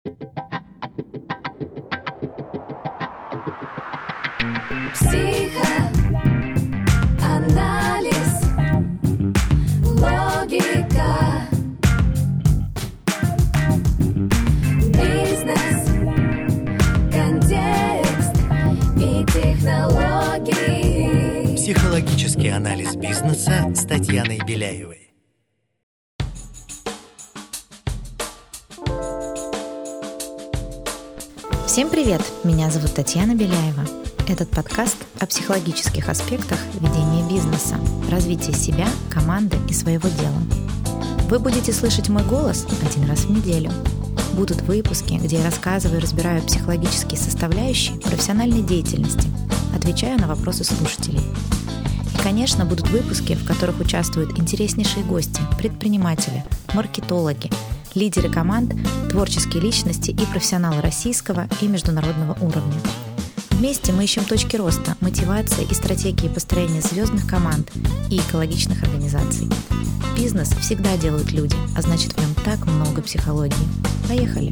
Психоанализ, логика, бизнес, контекст и технологии. Психологический анализ бизнеса с Татьяной Беляевой. Всем привет! Меня зовут Татьяна Беляева. Этот подкаст о психологических аспектах ведения бизнеса, развития себя, команды и своего дела. Вы будете слышать мой голос один раз в неделю. Будут выпуски, где я рассказываю и разбираю психологические составляющие профессиональной деятельности, отвечаю на вопросы слушателей. И, конечно, будут выпуски, в которых участвуют интереснейшие гости, предприниматели, маркетологи, лидеры команд, творческие личности и профессионалы российского и международного уровня. Вместе мы ищем точки роста, мотивации и стратегии построения звездных команд и экологичных организаций. Бизнес всегда делают люди, а значит, в нем так много психологии. Поехали!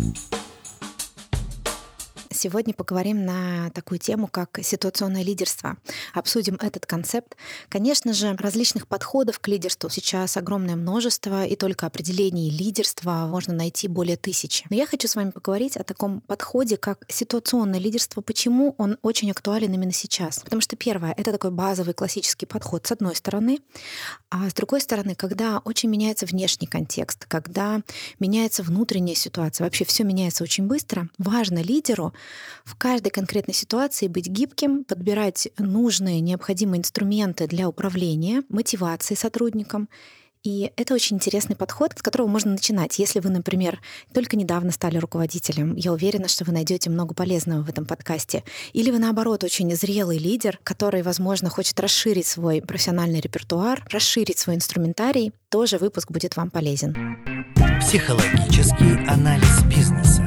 Сегодня поговорим на такую тему, как ситуационное лидерство. Обсудим этот концепт. Конечно же, различных подходов к лидерству сейчас огромное множество, и только определений лидерства можно найти более 1000. Но я хочу с вами поговорить о таком подходе, как ситуационное лидерство. Почему он очень актуален именно сейчас? Потому что первое — это такой базовый классический подход с одной стороны, а с другой стороны, когда очень меняется внешний контекст, когда меняется внутренняя ситуация, вообще все меняется очень быстро, важно лидеру в каждой конкретной ситуации быть гибким, подбирать нужные, необходимые инструменты для управления, мотивации сотрудникам. И это очень интересный подход, с которого можно начинать. Если вы, например, только недавно стали руководителем, я уверена, что вы найдете много полезного в этом подкасте. Или вы, наоборот, очень зрелый лидер, который, возможно, хочет расширить свой профессиональный репертуар, расширить свой инструментарий, тоже выпуск будет вам полезен. Психологический анализ бизнеса.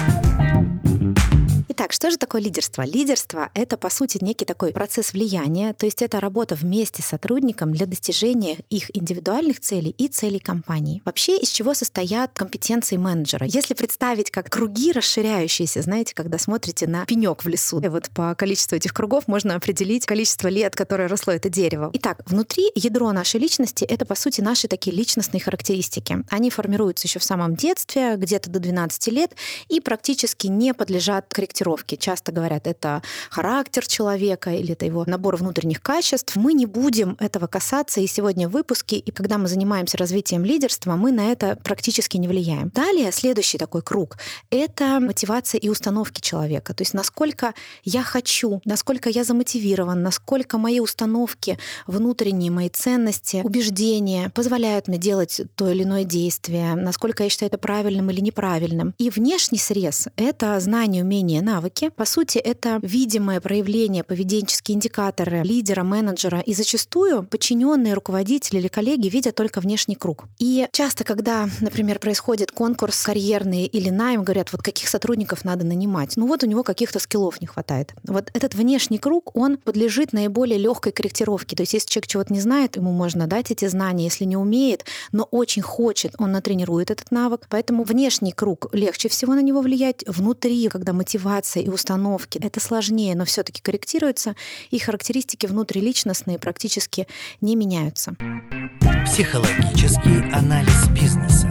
Итак, что же такое лидерство? Лидерство — это, по сути, некий такой процесс влияния, то есть это работа вместе с сотрудником для достижения их индивидуальных целей и целей компании. Вообще, из чего состоят компетенции менеджера? Если представить как круги расширяющиеся, знаете, когда смотрите на пенёк в лесу, и вот по количеству этих кругов можно определить количество лет, которое росло это дерево. Итак, внутри ядро нашей личности — это, по сути, наши такие личностные характеристики. Они формируются еще в самом детстве, где-то до 12 лет, и практически не подлежат корректировке. Часто говорят, это характер человека или это его набор внутренних качеств. Мы не будем этого касаться и сегодня в выпуске, и когда мы занимаемся развитием лидерства, мы на это практически не влияем. Далее, следующий такой круг — это мотивация и установки человека. То есть насколько я хочу, насколько я замотивирован, насколько мои установки внутренние, мои ценности, убеждения позволяют мне делать то или иное действие, насколько я считаю это правильным или неправильным. И внешний срез — это знание, умение, навыки. По сути, это видимое проявление, поведенческие индикаторы лидера, менеджера. И зачастую подчиненные, руководители или коллеги видят только внешний круг. И часто, когда, например, происходит конкурс карьерный или найм, говорят, вот каких сотрудников надо нанимать. Ну вот у него каких-то скиллов не хватает. Вот этот внешний круг, он подлежит наиболее легкой корректировке. То есть если человек чего-то не знает, ему можно дать эти знания. Если не умеет, но очень хочет, он натренирует этот навык. Поэтому внешний круг легче всего на него влиять. Внутри, когда мотивация и установки, это сложнее, но все-таки корректируются, и характеристики внутриличностные практически не меняются. Психологический анализ бизнеса.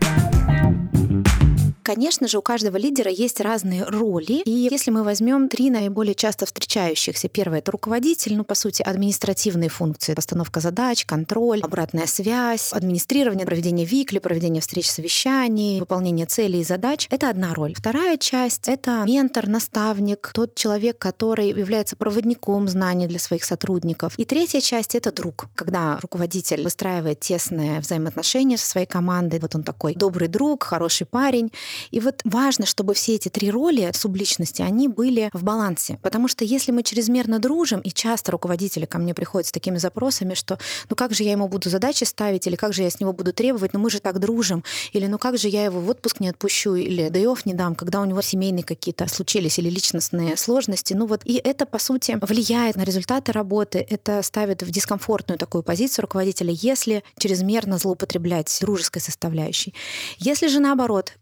Конечно же, у каждого лидера есть разные роли. И если мы возьмем 3 наиболее часто встречающихся. Первое — это руководитель, по сути, административные функции. Постановка задач, контроль, обратная связь, администрирование, проведение викли, проведение встреч, совещаний, выполнение целей и задач. Это одна роль. Вторая часть — это ментор, наставник, тот человек, который является проводником знаний для своих сотрудников. И третья часть — это друг. Когда руководитель выстраивает тесные взаимоотношения со своей командой, вот он такой добрый друг, хороший парень. И вот важно, чтобы все эти 3 роли субличности, они были в балансе. Потому что если мы чрезмерно дружим, и часто руководители ко мне приходят с такими запросами, что ну как же я ему буду задачи ставить, или как же я с него буду требовать, ну мы же так дружим, или ну как же я его в отпуск не отпущу, или day-off не дам, когда у него семейные какие-то случились или личностные сложности. Ну вот, и это, по сути, влияет на результаты работы, это ставит в дискомфортную такую позицию руководителя, если чрезмерно злоупотреблять дружеской составляющей. Если же наоборот, этого практически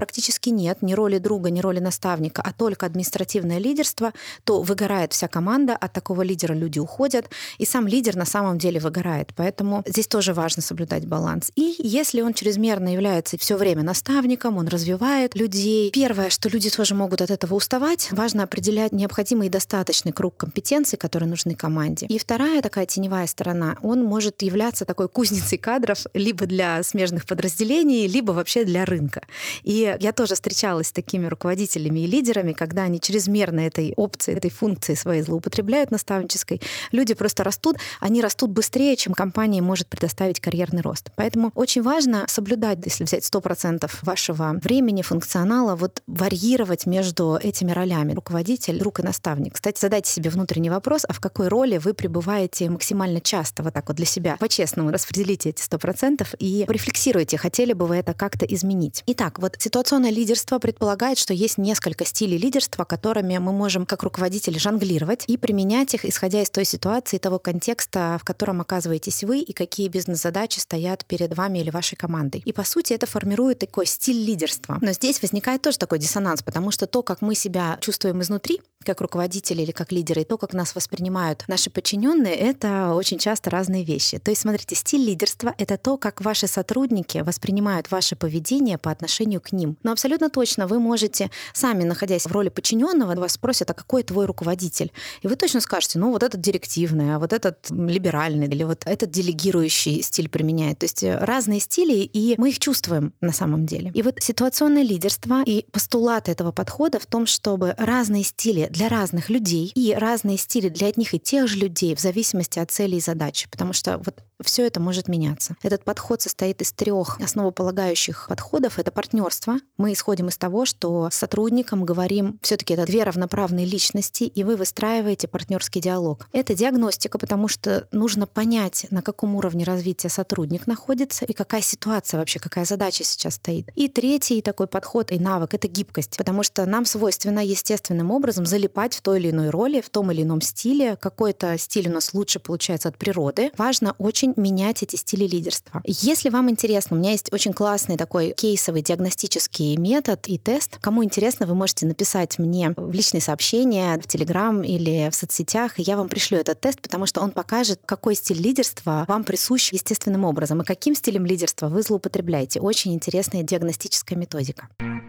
практически нет ни роли друга, ни роли наставника, а только административное лидерство, то выгорает вся команда, от такого лидера люди уходят, и сам лидер на самом деле выгорает. Поэтому здесь тоже важно соблюдать баланс. И если он чрезмерно является все время наставником, он развивает людей. Первое, что люди тоже могут от этого уставать, важно определять необходимый и достаточный круг компетенций, которые нужны команде. И вторая такая теневая сторона, он может являться такой кузницей кадров либо для смежных подразделений, либо вообще для рынка. И я тоже встречалась с такими руководителями и лидерами, когда они чрезмерно этой опцией, этой функцией своей злоупотребляют наставнической. Люди просто растут, они растут быстрее, чем компания может предоставить карьерный рост. Поэтому очень важно соблюдать, если взять 100% вашего времени, функционала, вот варьировать между этими ролями: руководитель, друг и наставник. Кстати, задайте себе внутренний вопрос, а в какой роли вы пребываете максимально часто, вот так вот для себя. По-честному распределите эти 100% и рефлексируйте, хотели бы вы это как-то изменить. Итак, вот ситуационное лидерство предполагает, что есть несколько стилей лидерства, которыми мы можем как руководители жонглировать и применять их, исходя из той ситуации, того контекста, в котором оказываетесь вы, и какие бизнес-задачи стоят перед вами или вашей командой. И, по сути, это формирует такой стиль лидерства. Но здесь возникает тоже такой диссонанс, потому что то, как мы себя чувствуем изнутри, как руководители или как лидеры, и то, как нас воспринимают наши подчиненные, это очень часто разные вещи. То есть, смотрите, стиль лидерства — это то, как ваши сотрудники воспринимают ваше поведение по отношению к ним. Но абсолютно точно вы можете, сами находясь в роли подчиненного, вас спросят, а какой твой руководитель? И вы точно скажете, ну вот этот директивный, а вот этот либеральный, или вот этот делегирующий стиль применяет. То есть разные стили, и мы их чувствуем на самом деле. И вот ситуационное лидерство и постулаты этого подхода в том, чтобы разные стили для разных людей и разные стили для одних и тех же людей в зависимости от цели и задачи, потому что вот все это может меняться. Этот подход состоит из 3 основополагающих подходов. Это партнерство. Мы исходим из того, что с сотрудником говорим, все-таки это 2 равноправные личности, и вы выстраиваете партнерский диалог. Это диагностика, потому что нужно понять, на каком уровне развития сотрудник находится и какая ситуация вообще, какая задача сейчас стоит. И 3 такой подход и навык — это гибкость, потому что нам свойственно естественным образом залипать в той или иной роли, в том или ином стиле. Какой-то стиль у нас лучше получается от природы. Важно очень менять эти стили лидерства. Если вам интересно, у меня есть очень классный такой кейсовый диагностический метод и тест. Кому интересно, вы можете написать мне в личные сообщения, в Telegram или в соцсетях, и я вам пришлю этот тест, потому что он покажет, какой стиль лидерства вам присущ естественным образом и каким стилем лидерства вы злоупотребляете. Очень интересная диагностическая методика.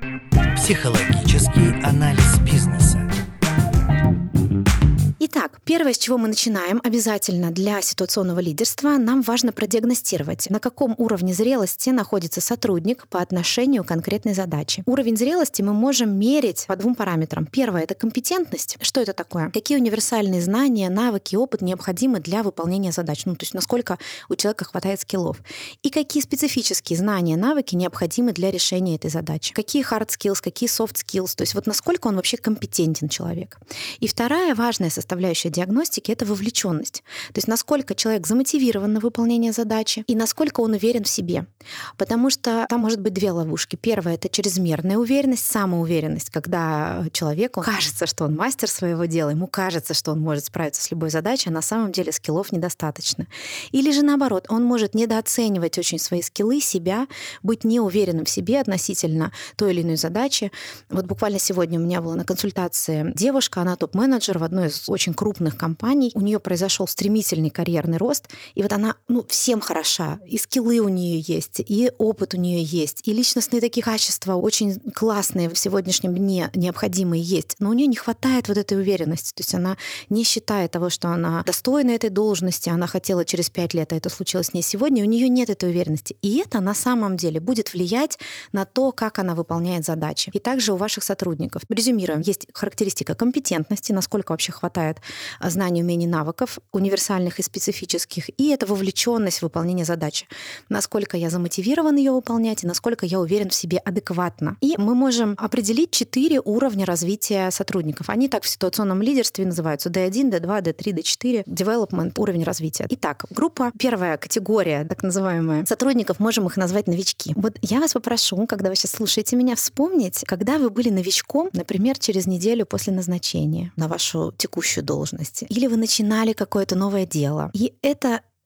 Психологический анализ бизнеса. Итак, первое, с чего мы начинаем, обязательно для ситуационного лидерства нам важно продиагностировать, на каком уровне зрелости находится сотрудник по отношению к конкретной задаче. Уровень зрелости мы можем мерить по 2 параметрам. Первое — это компетентность. Что это такое? Какие универсальные знания, навыки, опыт необходимы для выполнения задач? То есть насколько у человека хватает скиллов. И какие специфические знания, навыки необходимы для решения этой задачи? Какие hard skills, какие soft skills? То есть вот насколько он вообще компетентен человек. И вторая важная составляющая диагностики — это вовлеченность. То есть насколько человек замотивирован на выполнение задачи и насколько он уверен в себе. Потому что там может быть 2 ловушки. Первая — это чрезмерная уверенность, самоуверенность, когда человеку кажется, что он мастер своего дела, ему кажется, что он может справиться с любой задачей, а на самом деле скиллов недостаточно. Или же наоборот, он может недооценивать очень свои скиллы, себя, быть неуверенным в себе относительно той или иной задачи. Вот буквально сегодня у меня была на консультации девушка, она топ-менеджер в одной из очень крупных компаний. У нее произошел стремительный карьерный рост, и вот она всем хороша. И скиллы у нее есть, и опыт у нее есть, и личностные такие качества очень классные в сегодняшнем дне необходимые есть. Но у нее не хватает вот этой уверенности. То есть она не считает того, что она достойна этой должности, она хотела через 5 лет, а это случилось не сегодня, у нее нет этой уверенности. И это на самом деле будет влиять на то, как она выполняет задачи. И также у ваших сотрудников. Резюмируем. Есть характеристика компетентности, насколько вообще хватает знаний, умений, навыков, универсальных и специфических, и это вовлеченность в выполнение задачи. Насколько я замотивирован ее выполнять, и насколько я уверен в себе адекватно. И мы можем определить 4 уровня развития сотрудников. Они так в ситуационном лидерстве называются: D1, D2, D3, D4, development, уровень развития. Итак, группа, первая категория, так называемая, сотрудников, можем их назвать новички. Вот я вас попрошу, когда вы сейчас слушаете меня, вспомнить, когда вы были новичком, например, через неделю после назначения на вашу текущую должность, или вы начинали какое-то новое дело. И это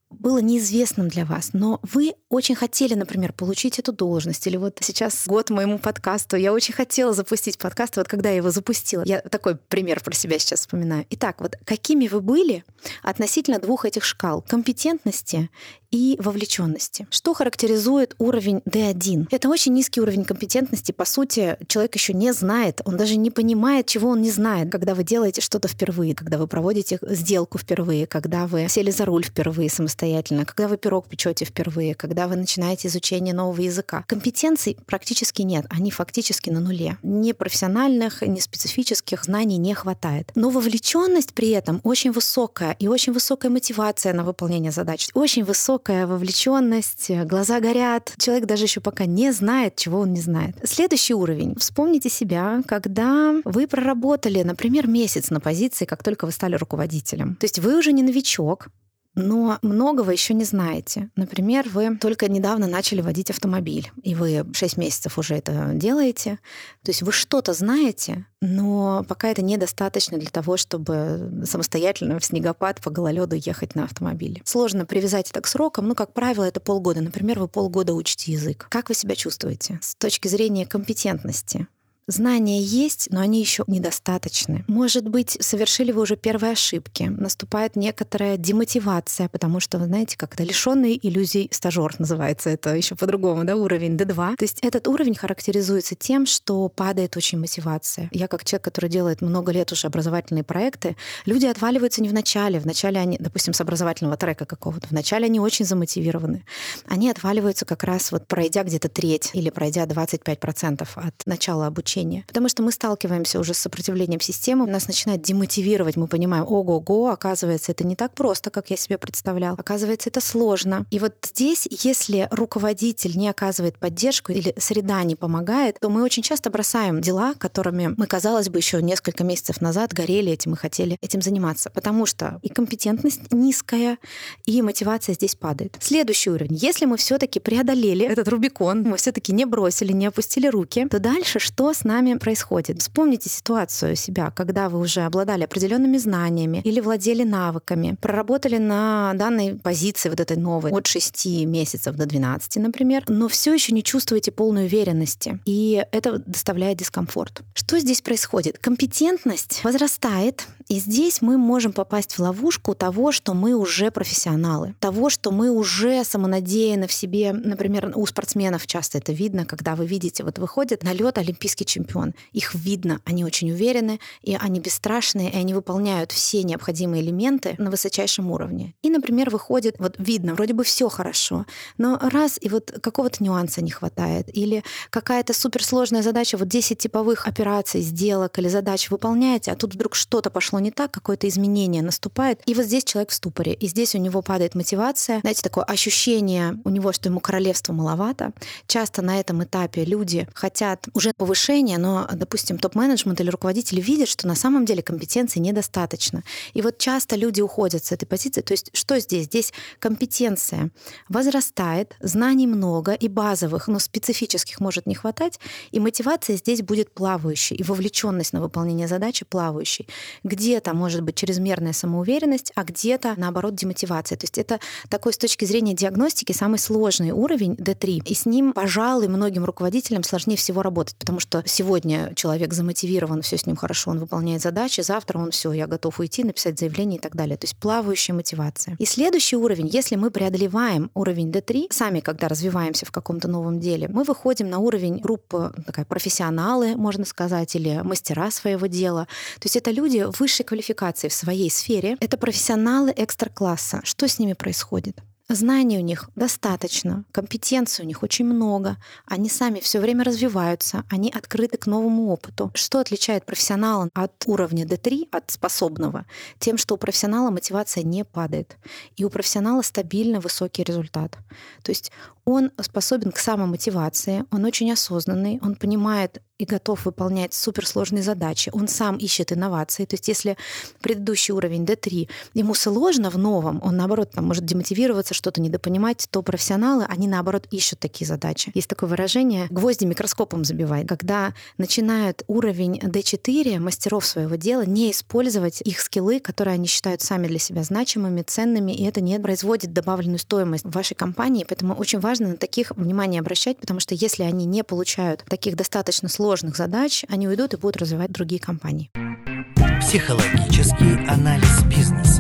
было неизвестным для вас, но вы очень хотели, например, получить эту должность, или вот сейчас год моему подкасту, я очень хотела запустить подкаст, вот когда я его запустила, я такой пример про себя сейчас вспоминаю. Итак, вот какими вы были относительно двух этих шкал — компетентности и вовлеченности? Что характеризует уровень D1? Это очень низкий уровень компетентности. По сути, человек еще не знает, он даже не понимает, чего он не знает, когда вы делаете что-то впервые, когда вы проводите сделку впервые, когда вы сели за руль впервые самостоятельно, когда вы пирог печете впервые, когда вы начинаете изучение нового языка. Компетенций практически нет, они фактически на нуле. Ни профессиональных, ни специфических знаний не хватает. Но вовлеченность при этом очень высокая, и очень высокая мотивация на выполнение задач, очень высокая вовлеченность, глаза горят. Человек даже еще пока не знает, чего он не знает. Следующий уровень. Вспомните себя, когда вы проработали, например, месяц на позиции, как только вы стали руководителем. То есть вы уже не новичок, но многого еще не знаете. Например, вы только недавно начали водить автомобиль, и вы 6 месяцев уже это делаете. То есть вы что-то знаете, но пока это недостаточно для того, чтобы самостоятельно в снегопад по гололеду ехать на автомобиле. Сложно привязать это к срокам, как правило, это полгода. Например, вы полгода учите язык. Как вы себя чувствуете с точки зрения компетентности? Знания есть, но они еще недостаточны. Может быть, совершили вы уже первые ошибки. Наступает некоторая демотивация, потому что, вы знаете, как-то лишённый иллюзий стажёр называется это еще по-другому, да, уровень D2. То есть этот уровень характеризуется тем, что падает очень мотивация. Я как человек, который делает много лет уже образовательные проекты, люди отваливаются не в начале. В начале они, допустим, с образовательного трека какого-то, в начале они очень замотивированы. Они отваливаются как раз вот пройдя где-то треть или пройдя 25% от начала обучения. Потому что мы сталкиваемся уже с сопротивлением системы, нас начинает демотивировать, мы понимаем, ого-го, оказывается, это не так просто, как я себе представлял, оказывается, это сложно. И вот здесь, если руководитель не оказывает поддержку или среда не помогает, то мы очень часто бросаем дела, которыми мы, казалось бы, еще несколько месяцев назад горели этим и хотели этим заниматься, потому что и компетентность низкая, и мотивация здесь падает. Следующий уровень. Если мы все-таки преодолели этот Рубикон, мы все-таки не бросили, не опустили руки, то дальше что с нами происходит? Вспомните ситуацию себя, когда вы уже обладали определенными знаниями или владели навыками, проработали на данной позиции вот этой новой от 6 месяцев до 12, например, но все еще не чувствуете полной уверенности, и это доставляет дискомфорт. Что здесь происходит? Компетентность возрастает, и здесь мы можем попасть в ловушку того, что мы уже профессионалы, того, что мы уже самонадеяны в себе. Например, у спортсменов часто это видно, когда вы видите, вот выходит на лед олимпийский чемпион. Их видно, они очень уверены, и они бесстрашные, и они выполняют все необходимые элементы на высочайшем уровне. И, например, выходит, вот видно, вроде бы все хорошо, но раз, и вот какого-то нюанса не хватает, или какая-то суперсложная задача, вот 10 типовых операций, сделок или задач выполняете, а тут вдруг что-то пошло не так, какое-то изменение наступает, и вот здесь человек в ступоре, и здесь у него падает мотивация, знаете, такое ощущение у него, что ему королевства маловато. Часто на этом этапе люди хотят уже повышения, но, допустим, топ-менеджмент или руководители видят, что на самом деле компетенции недостаточно. И вот часто люди уходят с этой позиции. То есть что здесь? Здесь компетенция возрастает, знаний много и базовых, но специфических может не хватать, и мотивация здесь будет плавающей, и вовлеченность на выполнение задачи плавающей. Где-то может быть чрезмерная самоуверенность, а где-то, наоборот, демотивация. То есть это такой с точки зрения диагностики самый сложный уровень D3. И с ним, пожалуй, многим руководителям сложнее всего работать, потому что сегодня человек замотивирован, все с ним хорошо, он выполняет задачи, завтра он все, я готов уйти, написать заявление и так далее. То есть плавающая мотивация. И следующий уровень, если мы преодолеваем уровень D3, сами, когда развиваемся в каком-то новом деле, мы выходим на уровень группы, такая профессионалы, можно сказать, или мастера своего дела. То есть это люди высшей квалификации в своей сфере, это профессионалы экстра-класса. Что с ними происходит? Знаний у них достаточно, компетенций у них очень много, они сами все время развиваются, они открыты к новому опыту. Что отличает профессионала от уровня D3, от способного? Тем, что у профессионала мотивация не падает, и у профессионала стабильно высокий результат. То есть он способен к самомотивации, он очень осознанный, он понимает и готов выполнять суперсложные задачи, он сам ищет инновации. То есть если предыдущий уровень D3, ему сложно в новом, он, наоборот, там, может демотивироваться, что-то недопонимать, то профессионалы, они, наоборот, ищут такие задачи. Есть такое выражение «гвозди микроскопом забивать», когда начинают уровень D4 мастеров своего дела не использовать их скиллы, которые они считают сами для себя значимыми, ценными, и это не производит добавленную стоимость в вашей компании. Поэтому очень важно на таких внимание обращать, потому что если они не получают таких достаточно сложных задач, они уйдут и будут развивать другие компании. Психологический анализ бизнеса.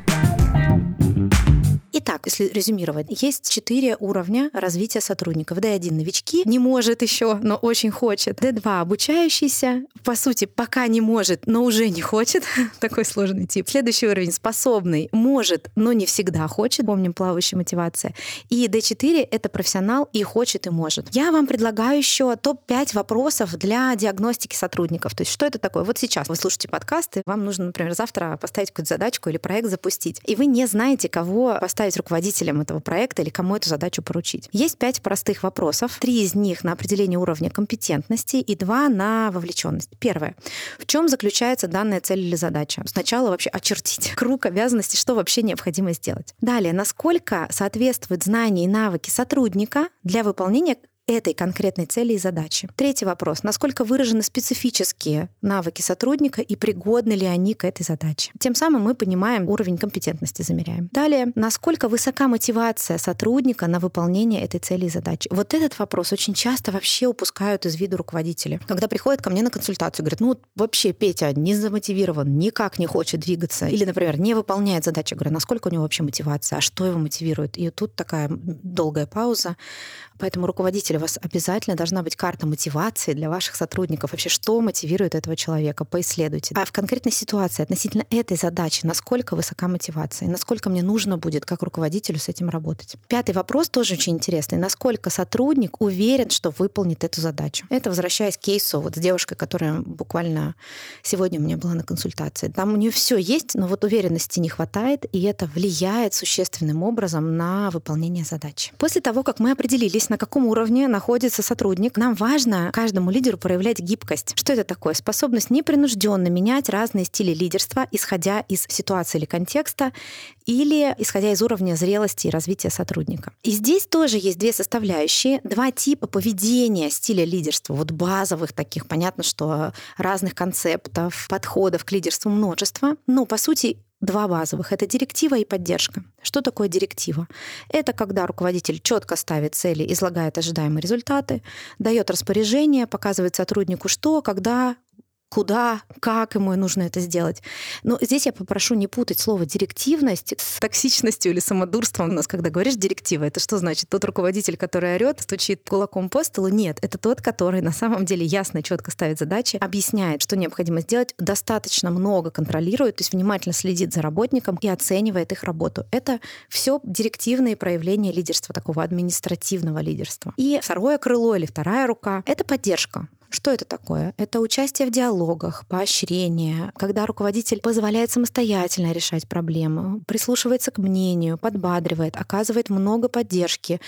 Итак, если резюмировать, есть 4 уровня развития сотрудников. D1 — новички, не может еще, но очень хочет. D2 — обучающийся, по сути, пока не может, но уже не хочет. Такой сложный тип. Следующий уровень — способный, может, но не всегда хочет. Помним плавающая мотивация. И D4 — это профессионал и хочет, и может. Я вам предлагаю еще топ-5 вопросов для диагностики сотрудников. То есть что это такое? Вот сейчас вы слушаете подкасты, вам нужно, например, завтра поставить какую-то задачку или проект запустить. И вы не знаете, кого поставить руководителем этого проекта или кому эту задачу поручить. Есть 5 простых вопросов. 3 из них на определение уровня компетентности и 2 на вовлеченность. Первое. В чем заключается данная цель или задача? Сначала вообще очертить круг обязанностей, что вообще необходимо сделать. Далее, насколько соответствуют знания и навыки сотрудника для выполнения этой конкретной цели и задачи. Третий вопрос. Насколько выражены специфические навыки сотрудника и пригодны ли они к этой задаче? Тем самым мы понимаем уровень компетентности, замеряем. Далее. Насколько высока мотивация сотрудника на выполнение этой цели и задачи? Вот этот вопрос очень часто вообще упускают из виду руководители. Когда приходят ко мне на консультацию, говорят, ну вообще Петя не замотивирован, никак не хочет двигаться. Или, например, не выполняет задачи. Я говорю, насколько у него вообще мотивация? А что его мотивирует? И тут такая долгая пауза. Поэтому руководитель, у вас обязательно должна быть карта мотивации для ваших сотрудников. Вообще, что мотивирует этого человека? Поисследуйте. А в конкретной ситуации относительно этой задачи, насколько высока мотивация, насколько мне нужно будет как руководителю с этим работать. 5-й вопрос тоже очень интересный. Насколько сотрудник уверен, что выполнит эту задачу? Это возвращаясь к кейсу вот с девушкой, которая буквально сегодня у меня была на консультации. Там у нее все есть, но вот уверенности не хватает, и это влияет существенным образом на выполнение задачи. После того, как мы определились, на каком уровне находится сотрудник, нам важно каждому лидеру проявлять гибкость. Что это такое? Способность непринужденно менять разные стили лидерства, исходя из ситуации или контекста, или исходя из уровня зрелости и развития сотрудника. И здесь тоже есть 2 составляющие, 2 типа поведения стиля лидерства, вот базовых таких. Понятно, что разных концептов, подходов к лидерству множество, но, по сути, 2 базовых — это директива и поддержка. Что такое директива? Это когда руководитель четко ставит цели, излагает ожидаемые результаты, дает распоряжение, показывает сотруднику, что, когда, куда, как ему нужно это сделать. Но здесь я попрошу не путать слово «директивность» с токсичностью или самодурством. У нас, когда говоришь «директива», это что значит? Тот руководитель, который орёт, стучит кулаком по столу? Нет, это тот, который на самом деле ясно и четко ставит задачи, объясняет, что необходимо сделать, достаточно много контролирует, то есть внимательно следит за работником и оценивает их работу. Это все директивные проявления лидерства, такого административного лидерства. И второе крыло или вторая рука — это поддержка. Что это такое? Это участие в диалогах, поощрение, когда руководитель позволяет самостоятельно решать проблемы, прислушивается к мнению, подбадривает, оказывает много поддержки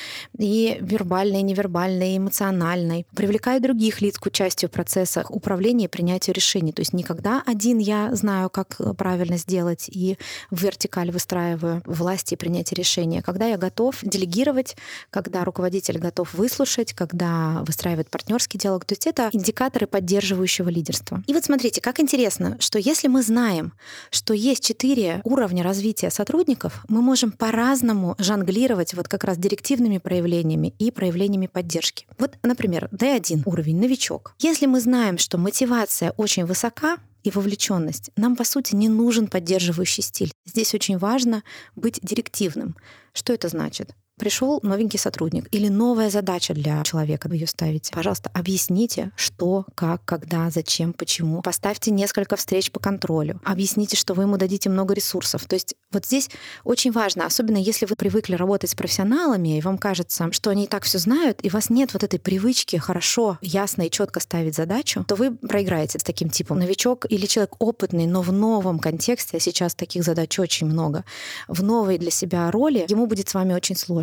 и вербальной, и невербальной, и эмоциональной, привлекает других лиц к участию в процессах управления и принятию решений. То есть никогда один я знаю, как правильно сделать, и в вертикаль выстраиваю власти и принятие решения. Когда я готов делегировать, когда руководитель готов выслушать, когда выстраивает партнерский диалог. То есть это индикаторы поддерживающего лидерства. И вот смотрите, как интересно, что если мы знаем, что есть 4 уровня развития сотрудников, мы можем по-разному жонглировать вот как раз директивными проявлениями и проявлениями поддержки. Вот, например, D1 уровень — новичок. Если мы знаем, что мотивация очень высока, и вовлеченность, нам, по сути, не нужен поддерживающий стиль. Здесь очень важно быть директивным. Что это значит? Пришел новенький сотрудник или новая задача для человека, вы ее ставите. Пожалуйста, объясните, что, как, когда, зачем, почему. Поставьте несколько встреч по контролю. Объясните, что вы ему дадите много ресурсов. То есть вот здесь очень важно, особенно если вы привыкли работать с профессионалами, и вам кажется, что они и так все знают, и у вас нет вот этой привычки хорошо, ясно и четко ставить задачу, то вы проиграете с таким типом. Новичок или человек опытный, но в новом контексте, а сейчас таких задач очень много, в новой для себя роли, ему будет с вами очень сложно.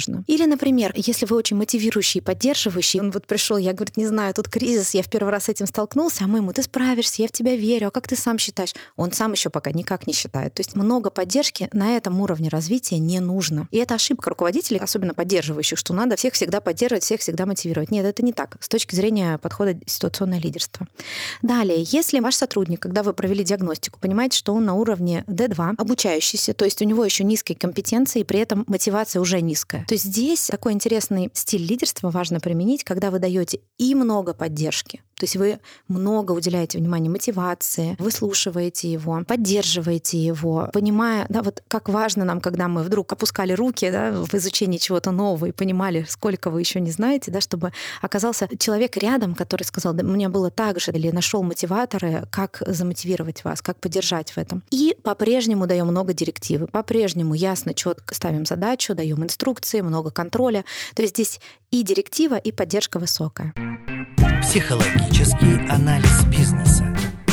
можно. Или, например, если вы очень мотивирующий, поддерживающий, он вот пришел, я, говорит, не знаю, тут кризис, я в первый раз с этим столкнулся, а мы ему: ты справишься, я в тебя верю, а как ты сам считаешь? Он сам еще пока никак не считает. То есть много поддержки на этом уровне развития не нужно. И это ошибка руководителей, особенно поддерживающих, что надо всех всегда поддерживать, всех всегда мотивировать. Нет, это не так с точки зрения подхода ситуационное лидерство. Далее, если ваш сотрудник, когда вы провели диагностику, понимаете, что он на уровне D2, обучающийся, то есть у него еще низкие компетенции, и при этом мотивация уже низкая, то здесь такой интересный стиль лидерства важно применить, когда вы даете и много поддержки. То есть вы много уделяете внимания мотивации, выслушиваете его, поддерживаете его, понимая, да, вот как важно нам, когда мы вдруг опускали руки, да, в изучении чего-то нового и понимали, сколько вы еще не знаете, да, чтобы оказался человек рядом, который сказал: да, мне было так же, или нашел мотиваторы, как замотивировать вас, как поддержать в этом. И по-прежнему даем много директивы, по-прежнему ясно, четко ставим задачу, даем инструкции, много контроля. То есть здесь и директива, и поддержка высокая. Психологический анализ бизнеса.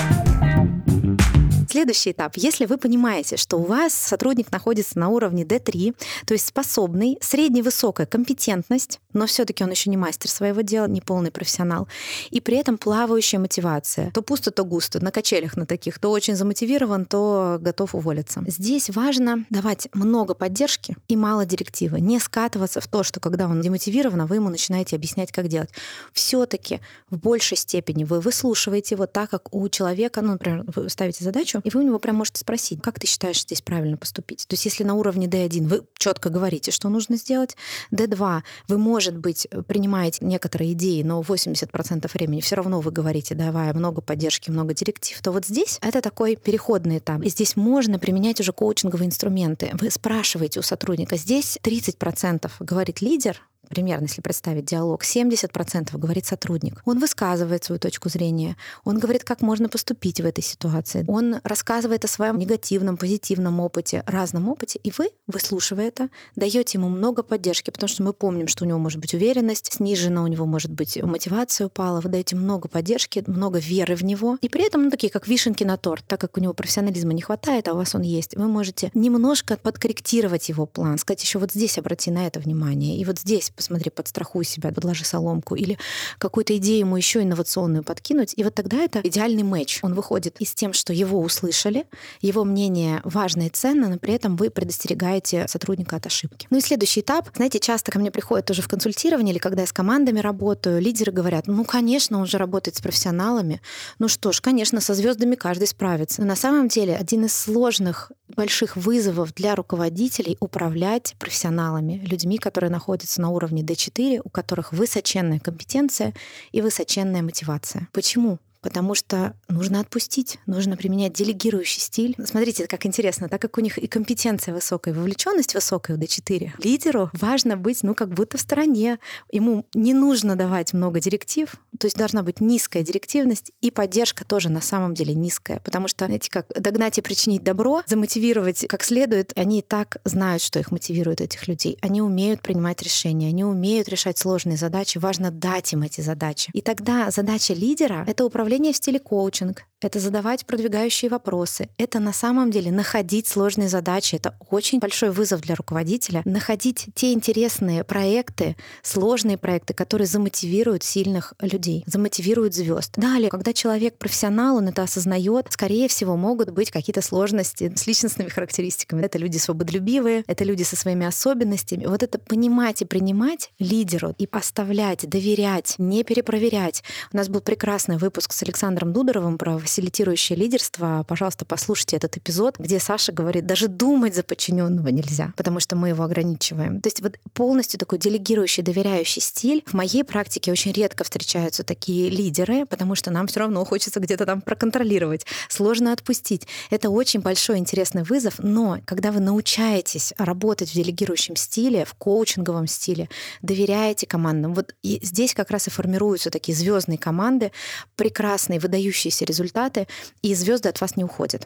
Следующий этап. Если вы понимаете, что у вас сотрудник находится на уровне D3, то есть способный, средневысокая компетентность, но все-таки он еще не мастер своего дела, не полный профессионал, и при этом плавающая мотивация. То пусто, то густо, на качелях на таких, то очень замотивирован, то готов уволиться. Здесь важно давать много поддержки и мало директивы. Не скатываться в то, что когда он демотивирован, вы ему начинаете объяснять, как делать. Все-таки в большей степени вы выслушиваете его так, как у человека, ну, например, вы ставите задачу, и вы у него прям можете спросить: как ты считаешь здесь правильно поступить? То есть если на уровне D1 вы четко говорите, что нужно сделать, D2 вы, может быть, принимаете некоторые идеи, но 80% времени все равно вы говорите, давая много поддержки, много директив, то вот здесь это такой переходный этап. И здесь можно применять уже коучинговые инструменты. Вы спрашиваете у сотрудника. Здесь 30% говорит лидер, примерно, если представить диалог, 70% говорит сотрудник. Он высказывает свою точку зрения, он говорит, как можно поступить в этой ситуации, он рассказывает о своем негативном, позитивном опыте, разном опыте, и вы, выслушивая это, даете ему много поддержки, потому что мы помним, что у него может быть уверенность снижена, у него может быть мотивация упала, вы даете много поддержки, много веры в него, и при этом, такие как вишенки на торт, так как у него профессионализма не хватает, а у вас он есть, вы можете немножко подкорректировать его план, сказать: еще вот здесь обрати на это внимание, и вот здесь посмотри, подстрахуй себя, подложи соломку, или какую-то идею ему еще инновационную подкинуть. И вот тогда это идеальный матч. Он выходит из тем, что его услышали, его мнение важно и ценно, но при этом вы предостерегаете сотрудника от ошибки. Ну и следующий этап. Знаете, часто ко мне приходят тоже в консультирование, или когда я с командами работаю, лидеры говорят: ну, конечно, он же работает с профессионалами. Ну что ж, конечно, со звездами каждый справится. Но на самом деле один из сложных, больших вызовов для руководителей — управлять профессионалами, людьми, которые находятся на уровне D4, у которых высоченная компетенция и высоченная мотивация. Почему? Потому что нужно отпустить, нужно применять делегирующий стиль. Смотрите, как интересно, так как у них и компетенция высокая, и вовлеченность высокая у D4, лидеру важно быть, как будто в стороне. Ему не нужно давать много директив, то есть должна быть низкая директивность, и поддержка тоже на самом деле низкая. Потому что, знаете, как догнать и причинить добро, замотивировать как следует, они и так знают, что их мотивирует, этих людей. Они умеют принимать решения, они умеют решать сложные задачи, важно дать им эти задачи. И тогда задача лидера — это управление в стиле коучинг, это задавать продвигающие вопросы, это на самом деле находить сложные задачи. Это очень большой вызов для руководителя — находить те интересные проекты, сложные проекты, которые замотивируют сильных людей, замотивируют звезд. Далее, когда человек профессионал, он это осознает, скорее всего, могут быть какие-то сложности с личностными характеристиками. Это люди свободолюбивые, это люди со своими особенностями. Вот это понимать и принимать лидеру и оставлять, доверять, не перепроверять. У нас был прекрасный выпуск с Александром Дударовым про фасилитирующее лидерство. Пожалуйста, послушайте этот эпизод, где Саша говорит: даже думать за подчиненного нельзя, потому что мы его ограничиваем. То есть вот полностью такой делегирующий, доверяющий стиль. В моей практике очень редко встречаются такие лидеры, потому что нам все равно хочется где-то там проконтролировать. Сложно отпустить. Это очень большой интересный вызов, но когда вы научаетесь работать в делегирующем стиле, в коучинговом стиле, доверяете командам, вот и здесь как раз и формируются такие звездные команды, прекрасные, выдающиеся результаты, и звезды от вас не уходят.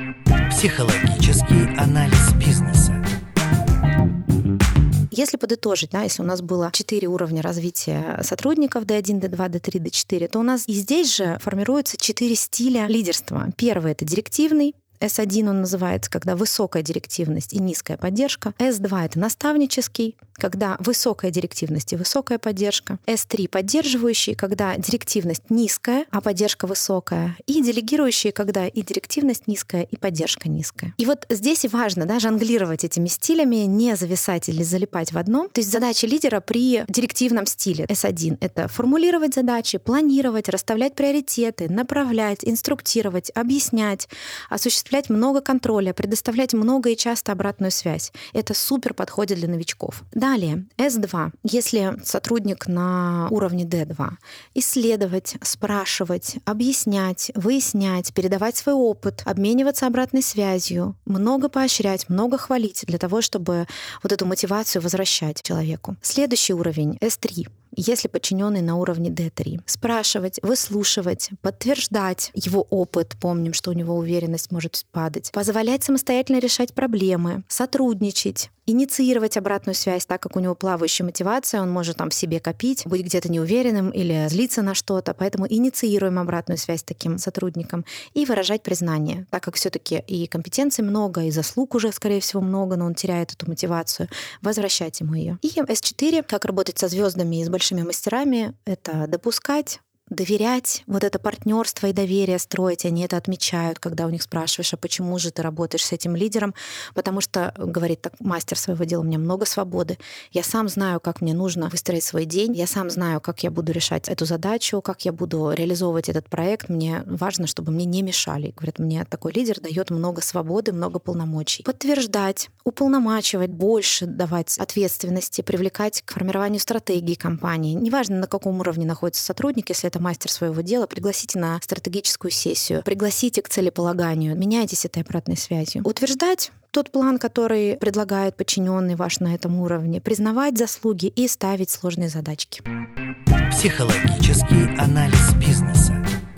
Психологический анализ бизнеса. Если подытожить, если у нас было 4 уровня развития сотрудников D1, D2, D3, D4, то у нас и здесь же формируются 4 стиля лидерства. Первый — это директивный, S1 он называется, когда высокая директивность и низкая поддержка. S2 — это наставнический, когда высокая директивность и высокая поддержка. S3 — поддерживающий, когда директивность низкая, а поддержка высокая. И делегирующий, когда и директивность низкая, и поддержка низкая. И вот здесь и важно, да, жонглировать этими стилями, не зависать или залипать в одном. То есть задача лидера при директивном стиле S1 — это формулировать задачи, планировать, расставлять приоритеты, направлять, инструктировать, объяснять, осуществлять много контроля, предоставлять много и часто обратную связь. Это супер подходит для новичков. Далее, S2. Если сотрудник на уровне D2, исследовать, спрашивать, объяснять, выяснять, передавать свой опыт, обмениваться обратной связью, много поощрять, много хвалить для того, чтобы вот эту мотивацию возвращать человеку. Следующий уровень S3. Если подчиненный на уровне D3. Спрашивать, выслушивать, подтверждать его опыт. Помним, что у него уверенность может падать. Позволять самостоятельно решать проблемы, сотрудничать, инициировать обратную связь, так как у него плавающая мотивация, он может там в себе копить, быть где-то неуверенным или злиться на что-то. Поэтому инициируем обратную связь таким сотрудникам и выражать признание, так как все-таки и компетенций много, и заслуг уже, скорее всего, много, но он теряет эту мотивацию. Возвращать ему ее. И S4, как работать со звездами и с большими мастерами, это допускать, доверять, вот это партнерство и доверие строить, они это отмечают, когда у них спрашиваешь, а почему же ты работаешь с этим лидером? Потому что, говорит так мастер своего дела, у меня много свободы, я сам знаю, как мне нужно выстроить свой день, я сам знаю, как я буду решать эту задачу, как я буду реализовывать этот проект, мне важно, чтобы мне не мешали. Говорят, мне такой лидер дает много свободы, много полномочий. Подтверждать, уполномачивать, больше давать ответственности, привлекать к формированию стратегии компании. Неважно, на каком уровне находится сотрудник, если это мастер своего дела, пригласите на стратегическую сессию, пригласите к целеполаганию, меняйтесь этой обратной связью. Утверждать тот план, который предлагает подчиненный ваш на этом уровне, признавать заслуги и ставить сложные задачки. Психологический анализ бизнеса.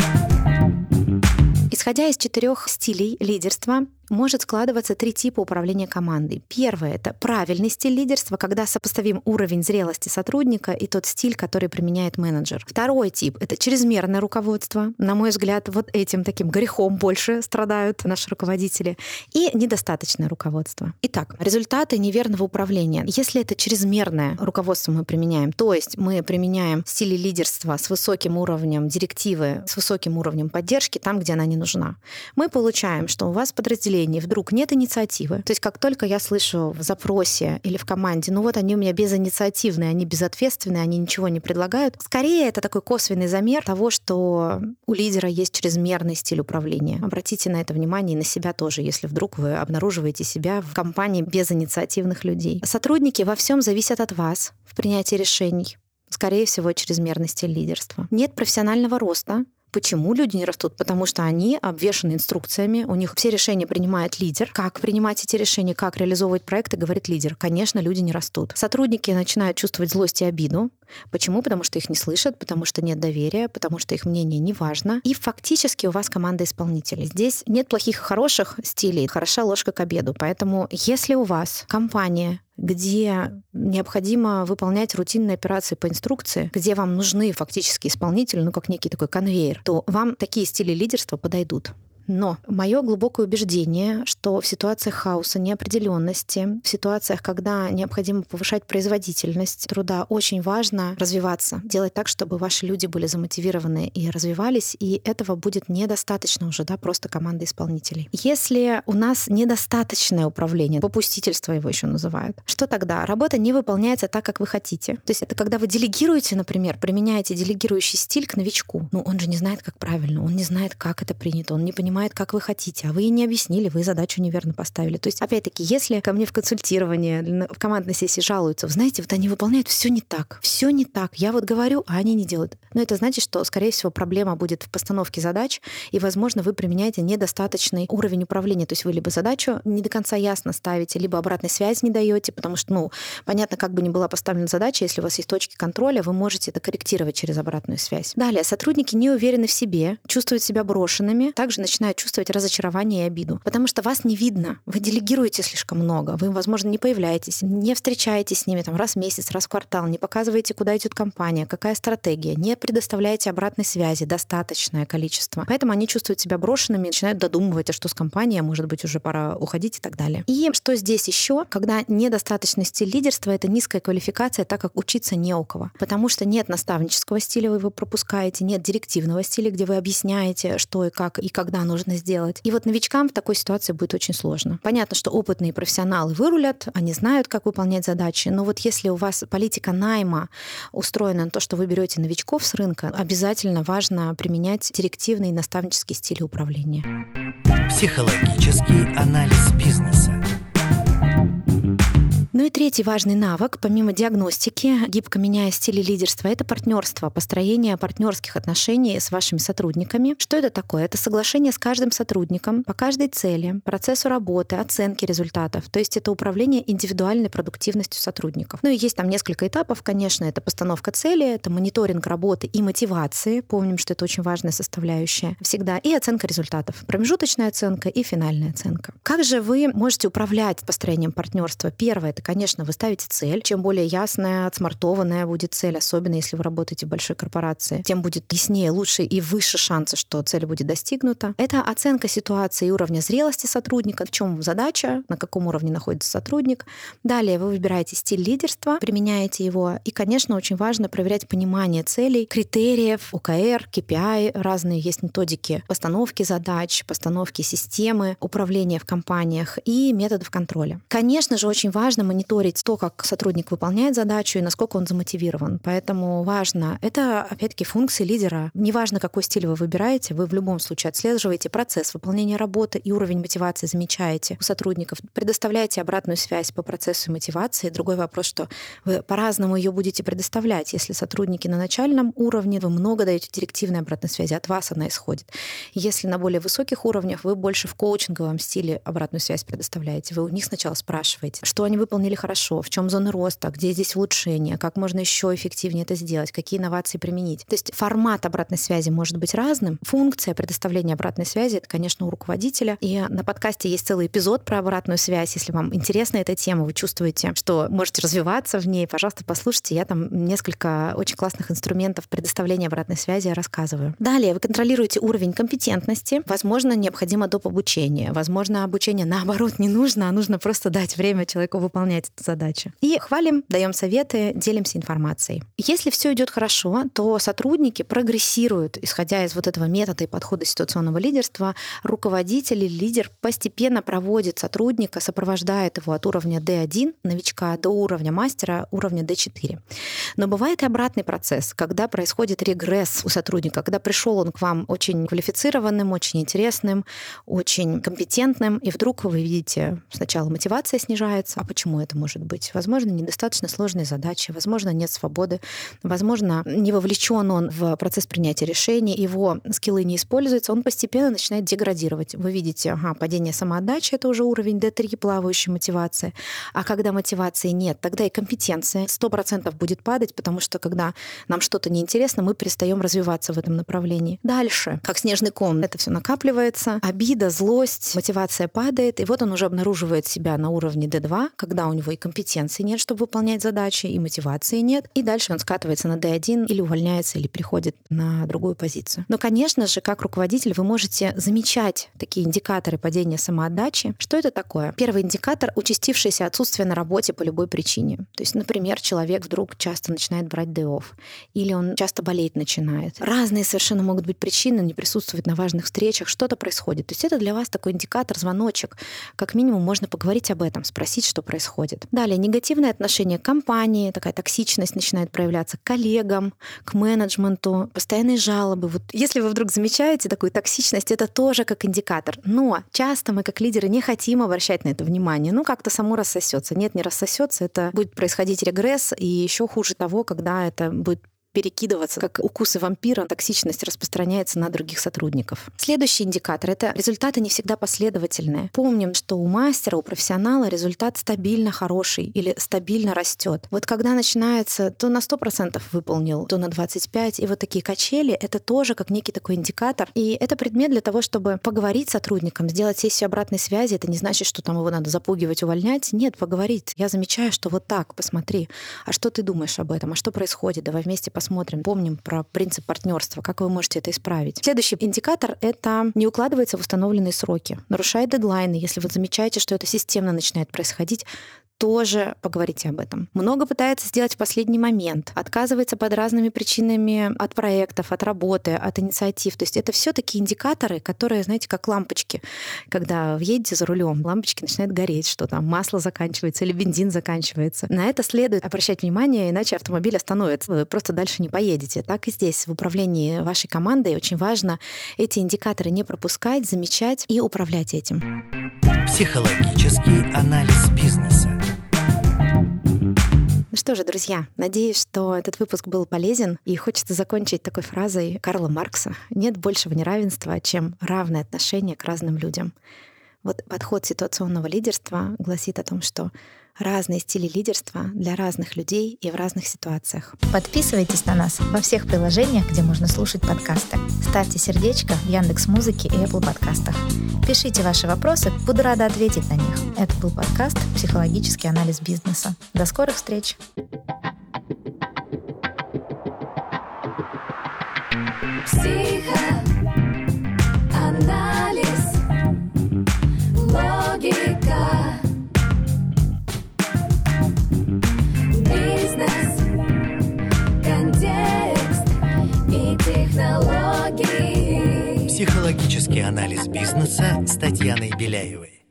Исходя из 4 стилей лидерства, может складываться 3 типа управления командой. Первое — это правильный стиль лидерства, когда сопоставим уровень зрелости сотрудника и тот стиль, который применяет менеджер. Второй тип — это чрезмерное руководство. На мой взгляд, вот этим таким грехом больше страдают наши руководители. И недостаточное руководство. Итак, результаты неверного управления. Если это чрезмерное руководство мы применяем, то есть мы применяем стили лидерства с высоким уровнем директивы, с высоким уровнем поддержки там, где она не нужна, мы получаем, что у вас подразделение вдруг нет инициативы. То есть как только я слышу в запросе или в команде, ну вот они у меня безинициативные, они безответственные, они ничего не предлагают, скорее это такой косвенный замер того, что у лидера есть чрезмерный стиль управления. Обратите на это внимание и на себя тоже, если вдруг вы обнаруживаете себя в компании безинициативных людей. Сотрудники во всем зависят от вас в принятии решений. Скорее всего, чрезмерный стиль лидерства. Нет профессионального роста. Почему люди не растут? Потому что они обвешаны инструкциями, у них все решения принимает лидер. Как принимать эти решения, как реализовывать проекты, говорит лидер. Конечно, люди не растут. Сотрудники начинают чувствовать злость и обиду. Почему? Потому что их не слышат, потому что нет доверия, потому что их мнение не важно. И фактически у вас команда исполнителей. Здесь нет плохих и хороших стилей. Хороша ложка к обеду. Поэтому если у вас компания, где необходимо выполнять рутинные операции по инструкции, где вам нужны фактически исполнители, ну как некий такой конвейер, то вам такие стили лидерства подойдут. Но мое глубокое убеждение, что в ситуациях хаоса, неопределенности, в ситуациях, когда необходимо повышать производительность труда, очень важно развиваться, делать так, чтобы ваши люди были замотивированы и развивались, и этого будет недостаточно уже, да, просто команда исполнителей. Если у нас недостаточное управление, попустительство его еще называют, что тогда? Работа не выполняется так, как вы хотите. То есть это когда вы делегируете, например, применяете делегирующий стиль к новичку. Ну, он же не знает, как правильно, он не знает, как это принято, он не понимает, как вы хотите, а вы и не объяснили, вы задачу неверно поставили. То есть, опять-таки, если ко мне в консультировании, в командной сессии жалуются, вы знаете, вот они выполняют все не так, я вот говорю, а они не делают. Но это значит, что, скорее всего, проблема будет в постановке задач, и, возможно, вы применяете недостаточный уровень управления. То есть вы либо задачу не до конца ясно ставите, либо обратной связи не даете, потому что, ну, понятно, как бы ни была поставлена задача, если у вас есть точки контроля, вы можете это корректировать через обратную связь. Далее, сотрудники не уверены в себе, чувствуют себя брошенными, также начинают начинают чувствовать разочарование и обиду, потому что вас не видно, вы делегируете слишком много, вы, возможно, не появляетесь, не встречаетесь с ними там раз в месяц, раз в квартал, не показываете, куда идет компания, какая стратегия, не предоставляете обратной связи, достаточное количество. Поэтому они чувствуют себя брошенными, начинают додумывать, а что с компанией, может быть, уже пора уходить и так далее. И что здесь еще, когда недостаточный стиль лидерства — это низкая квалификация, так как учиться не у кого. Потому что нет наставнического стиля, вы его пропускаете, нет директивного стиля, где вы объясняете, что и как и когда нужно сделать. И вот новичкам в такой ситуации будет очень сложно. Понятно, что опытные профессионалы вырулят, они знают, как выполнять задачи, но вот если у вас политика найма устроена на то, что вы берете новичков с рынка, обязательно важно применять директивный и наставнический стиль управления. Психологический анализ бизнеса. Ну и третий важный навык, помимо диагностики, гибко меняя стили лидерства, это партнерство, построение партнерских отношений с вашими сотрудниками. Что это такое? Это соглашение с каждым сотрудником по каждой цели, процессу работы, оценки результатов. То есть это управление индивидуальной продуктивностью сотрудников. Ну и есть там несколько этапов, конечно. Это постановка цели, это мониторинг работы и мотивации. Помним, что это очень важная составляющая всегда. И оценка результатов. Промежуточная оценка и финальная оценка. Как же вы можете управлять построением партнерства? Первое — это, конечно, вы ставите цель. Чем более ясная, отсмартованная будет цель, особенно если вы работаете в большой корпорации, тем будет яснее, лучше и выше шансы, что цель будет достигнута. Это оценка ситуации и уровня зрелости сотрудника, в чем задача, на каком уровне находится сотрудник. Далее вы выбираете стиль лидерства, применяете его. И, конечно, очень важно проверять понимание целей, критериев, ОКР, KPI, разные есть методики постановки задач, постановки системы, управления в компаниях и методов контроля. Конечно же, очень важно мониторить то, как сотрудник выполняет задачу и насколько он замотивирован. Поэтому важно. Это, опять-таки, функции лидера. Неважно, какой стиль вы выбираете, вы в любом случае отслеживаете процесс выполнения работы и уровень мотивации замечаете у сотрудников, предоставляете обратную связь по процессу мотивации. Другой вопрос, что вы по-разному ее будете предоставлять. Если сотрудники на начальном уровне, вы много даете директивной обратной связи, от вас она исходит. Если на более высоких уровнях, вы больше в коучинговом стиле обратную связь предоставляете. Вы у них сначала спрашиваете, что они выполнили хорошо, в чем зоны роста, где здесь улучшения, как можно еще эффективнее это сделать, какие инновации применить. То есть формат обратной связи может быть разным. Функция предоставления обратной связи — это, конечно, у руководителя. И на подкасте есть целый эпизод про обратную связь. Если вам интересна эта тема, вы чувствуете, что можете развиваться в ней, пожалуйста, послушайте. Я там несколько очень классных инструментов предоставления обратной связи рассказываю. Далее вы контролируете уровень компетентности. Возможно, необходимо доп. Обучение. Возможно, обучение, наоборот, не нужно, а нужно просто дать время человеку выполнять эту задачу. И хвалим, даем советы, делимся информацией. Если все идет хорошо, то сотрудники прогрессируют, исходя из вот этого метода и подхода ситуационного лидерства. Руководитель или лидер постепенно проводит сотрудника, сопровождает его от уровня D1, новичка, до уровня мастера, уровня D4. Но бывает и обратный процесс, когда происходит регресс у сотрудника, когда пришел он к вам очень квалифицированным, очень интересным, очень компетентным, и вдруг вы видите, сначала мотивация снижается. А почему это может быть? Возможно, недостаточно сложные задачи, возможно, нет свободы, возможно, не вовлечен он в процесс принятия решений, его скиллы не используются, он постепенно начинает деградировать. Вы видите, падение самоотдачи — это уже уровень D3, плавающая мотивация. А когда мотивации нет, тогда и компетенция 100% будет падать, потому что когда нам что-то неинтересно, мы перестаем развиваться в этом направлении. Дальше, как снежный ком, это все накапливается, обида, злость, мотивация падает, и вот он уже обнаруживает себя на уровне D2, когда у него и компетенции нет, чтобы выполнять задачи, и мотивации нет. И дальше он скатывается на D1 или увольняется, или переходит на другую позицию. Но, конечно же, как руководитель вы можете замечать такие индикаторы падения самоотдачи. Что это такое? Первый индикатор — участившееся отсутствие на работе по любой причине. То есть, например, человек вдруг часто начинает брать day-off, или он часто болеть начинает. Разные совершенно могут быть причины, не присутствовать на важных встречах, что-то происходит. То есть это для вас такой индикатор, звоночек. Как минимум можно поговорить об этом, спросить, что происходит. Далее, негативное отношение к компании, такая токсичность начинает проявляться к коллегам, к менеджменту, постоянные жалобы. Вот если вы вдруг замечаете такую токсичность, это тоже как индикатор. Но часто мы, как лидеры, не хотим обращать на это внимание. Как-то само рассосется. Нет, не рассосется. Это будет происходить регресс, и еще хуже того, когда это будет перекидываться, как укусы вампира, токсичность распространяется на других сотрудников. Следующий индикатор — это результаты не всегда последовательные. Помним, что у мастера, у профессионала результат стабильно хороший или стабильно растет. Вот когда начинается, то на 100% выполнил, то на 25%, и вот такие качели — это тоже как некий такой индикатор. И это предмет для того, чтобы поговорить с сотрудником, сделать сессию обратной связи. Это не значит, что там его надо запугивать, увольнять. Нет, поговорить. Я замечаю, что вот так, посмотри. А что ты думаешь об этом? А что происходит? Давай вместе посмотрим. Помним про принцип партнерства. Как вы можете это исправить? Следующий индикатор — это не укладывается в установленные сроки. Нарушает дедлайны. Если вы замечаете, что это системно начинает происходить, тоже поговорите об этом. Много пытается сделать в последний момент, отказывается под разными причинами от проектов, от работы, от инициатив. То есть это все такие индикаторы, которые, знаете, как лампочки. Когда едете за рулем, лампочки начинают гореть, что там масло заканчивается или бензин заканчивается. На это следует обращать внимание, иначе автомобиль остановится. Вы просто дальше не поедете. Так и здесь, в управлении вашей командой, очень важно эти индикаторы не пропускать, замечать и управлять этим. Психологический анализ бизнеса. Ну что же, друзья, надеюсь, что этот выпуск был полезен, и хочется закончить такой фразой Карла Маркса: «Нет большего неравенства, чем равное отношение к разным людям». Вот подход ситуационного лидерства гласит о том, что разные стили лидерства для разных людей и в разных ситуациях. Подписывайтесь на нас во всех приложениях, где можно слушать подкасты. Ставьте сердечко в Яндекс.Музыке и Apple подкастах. Пишите ваши вопросы, буду рада ответить на них. Это был подкаст «Психологический анализ бизнеса». До скорых встреч! Психоанализ, логика, бизнес, контекст и технологии. Психологический анализ бизнеса с Татьяной Беляевой.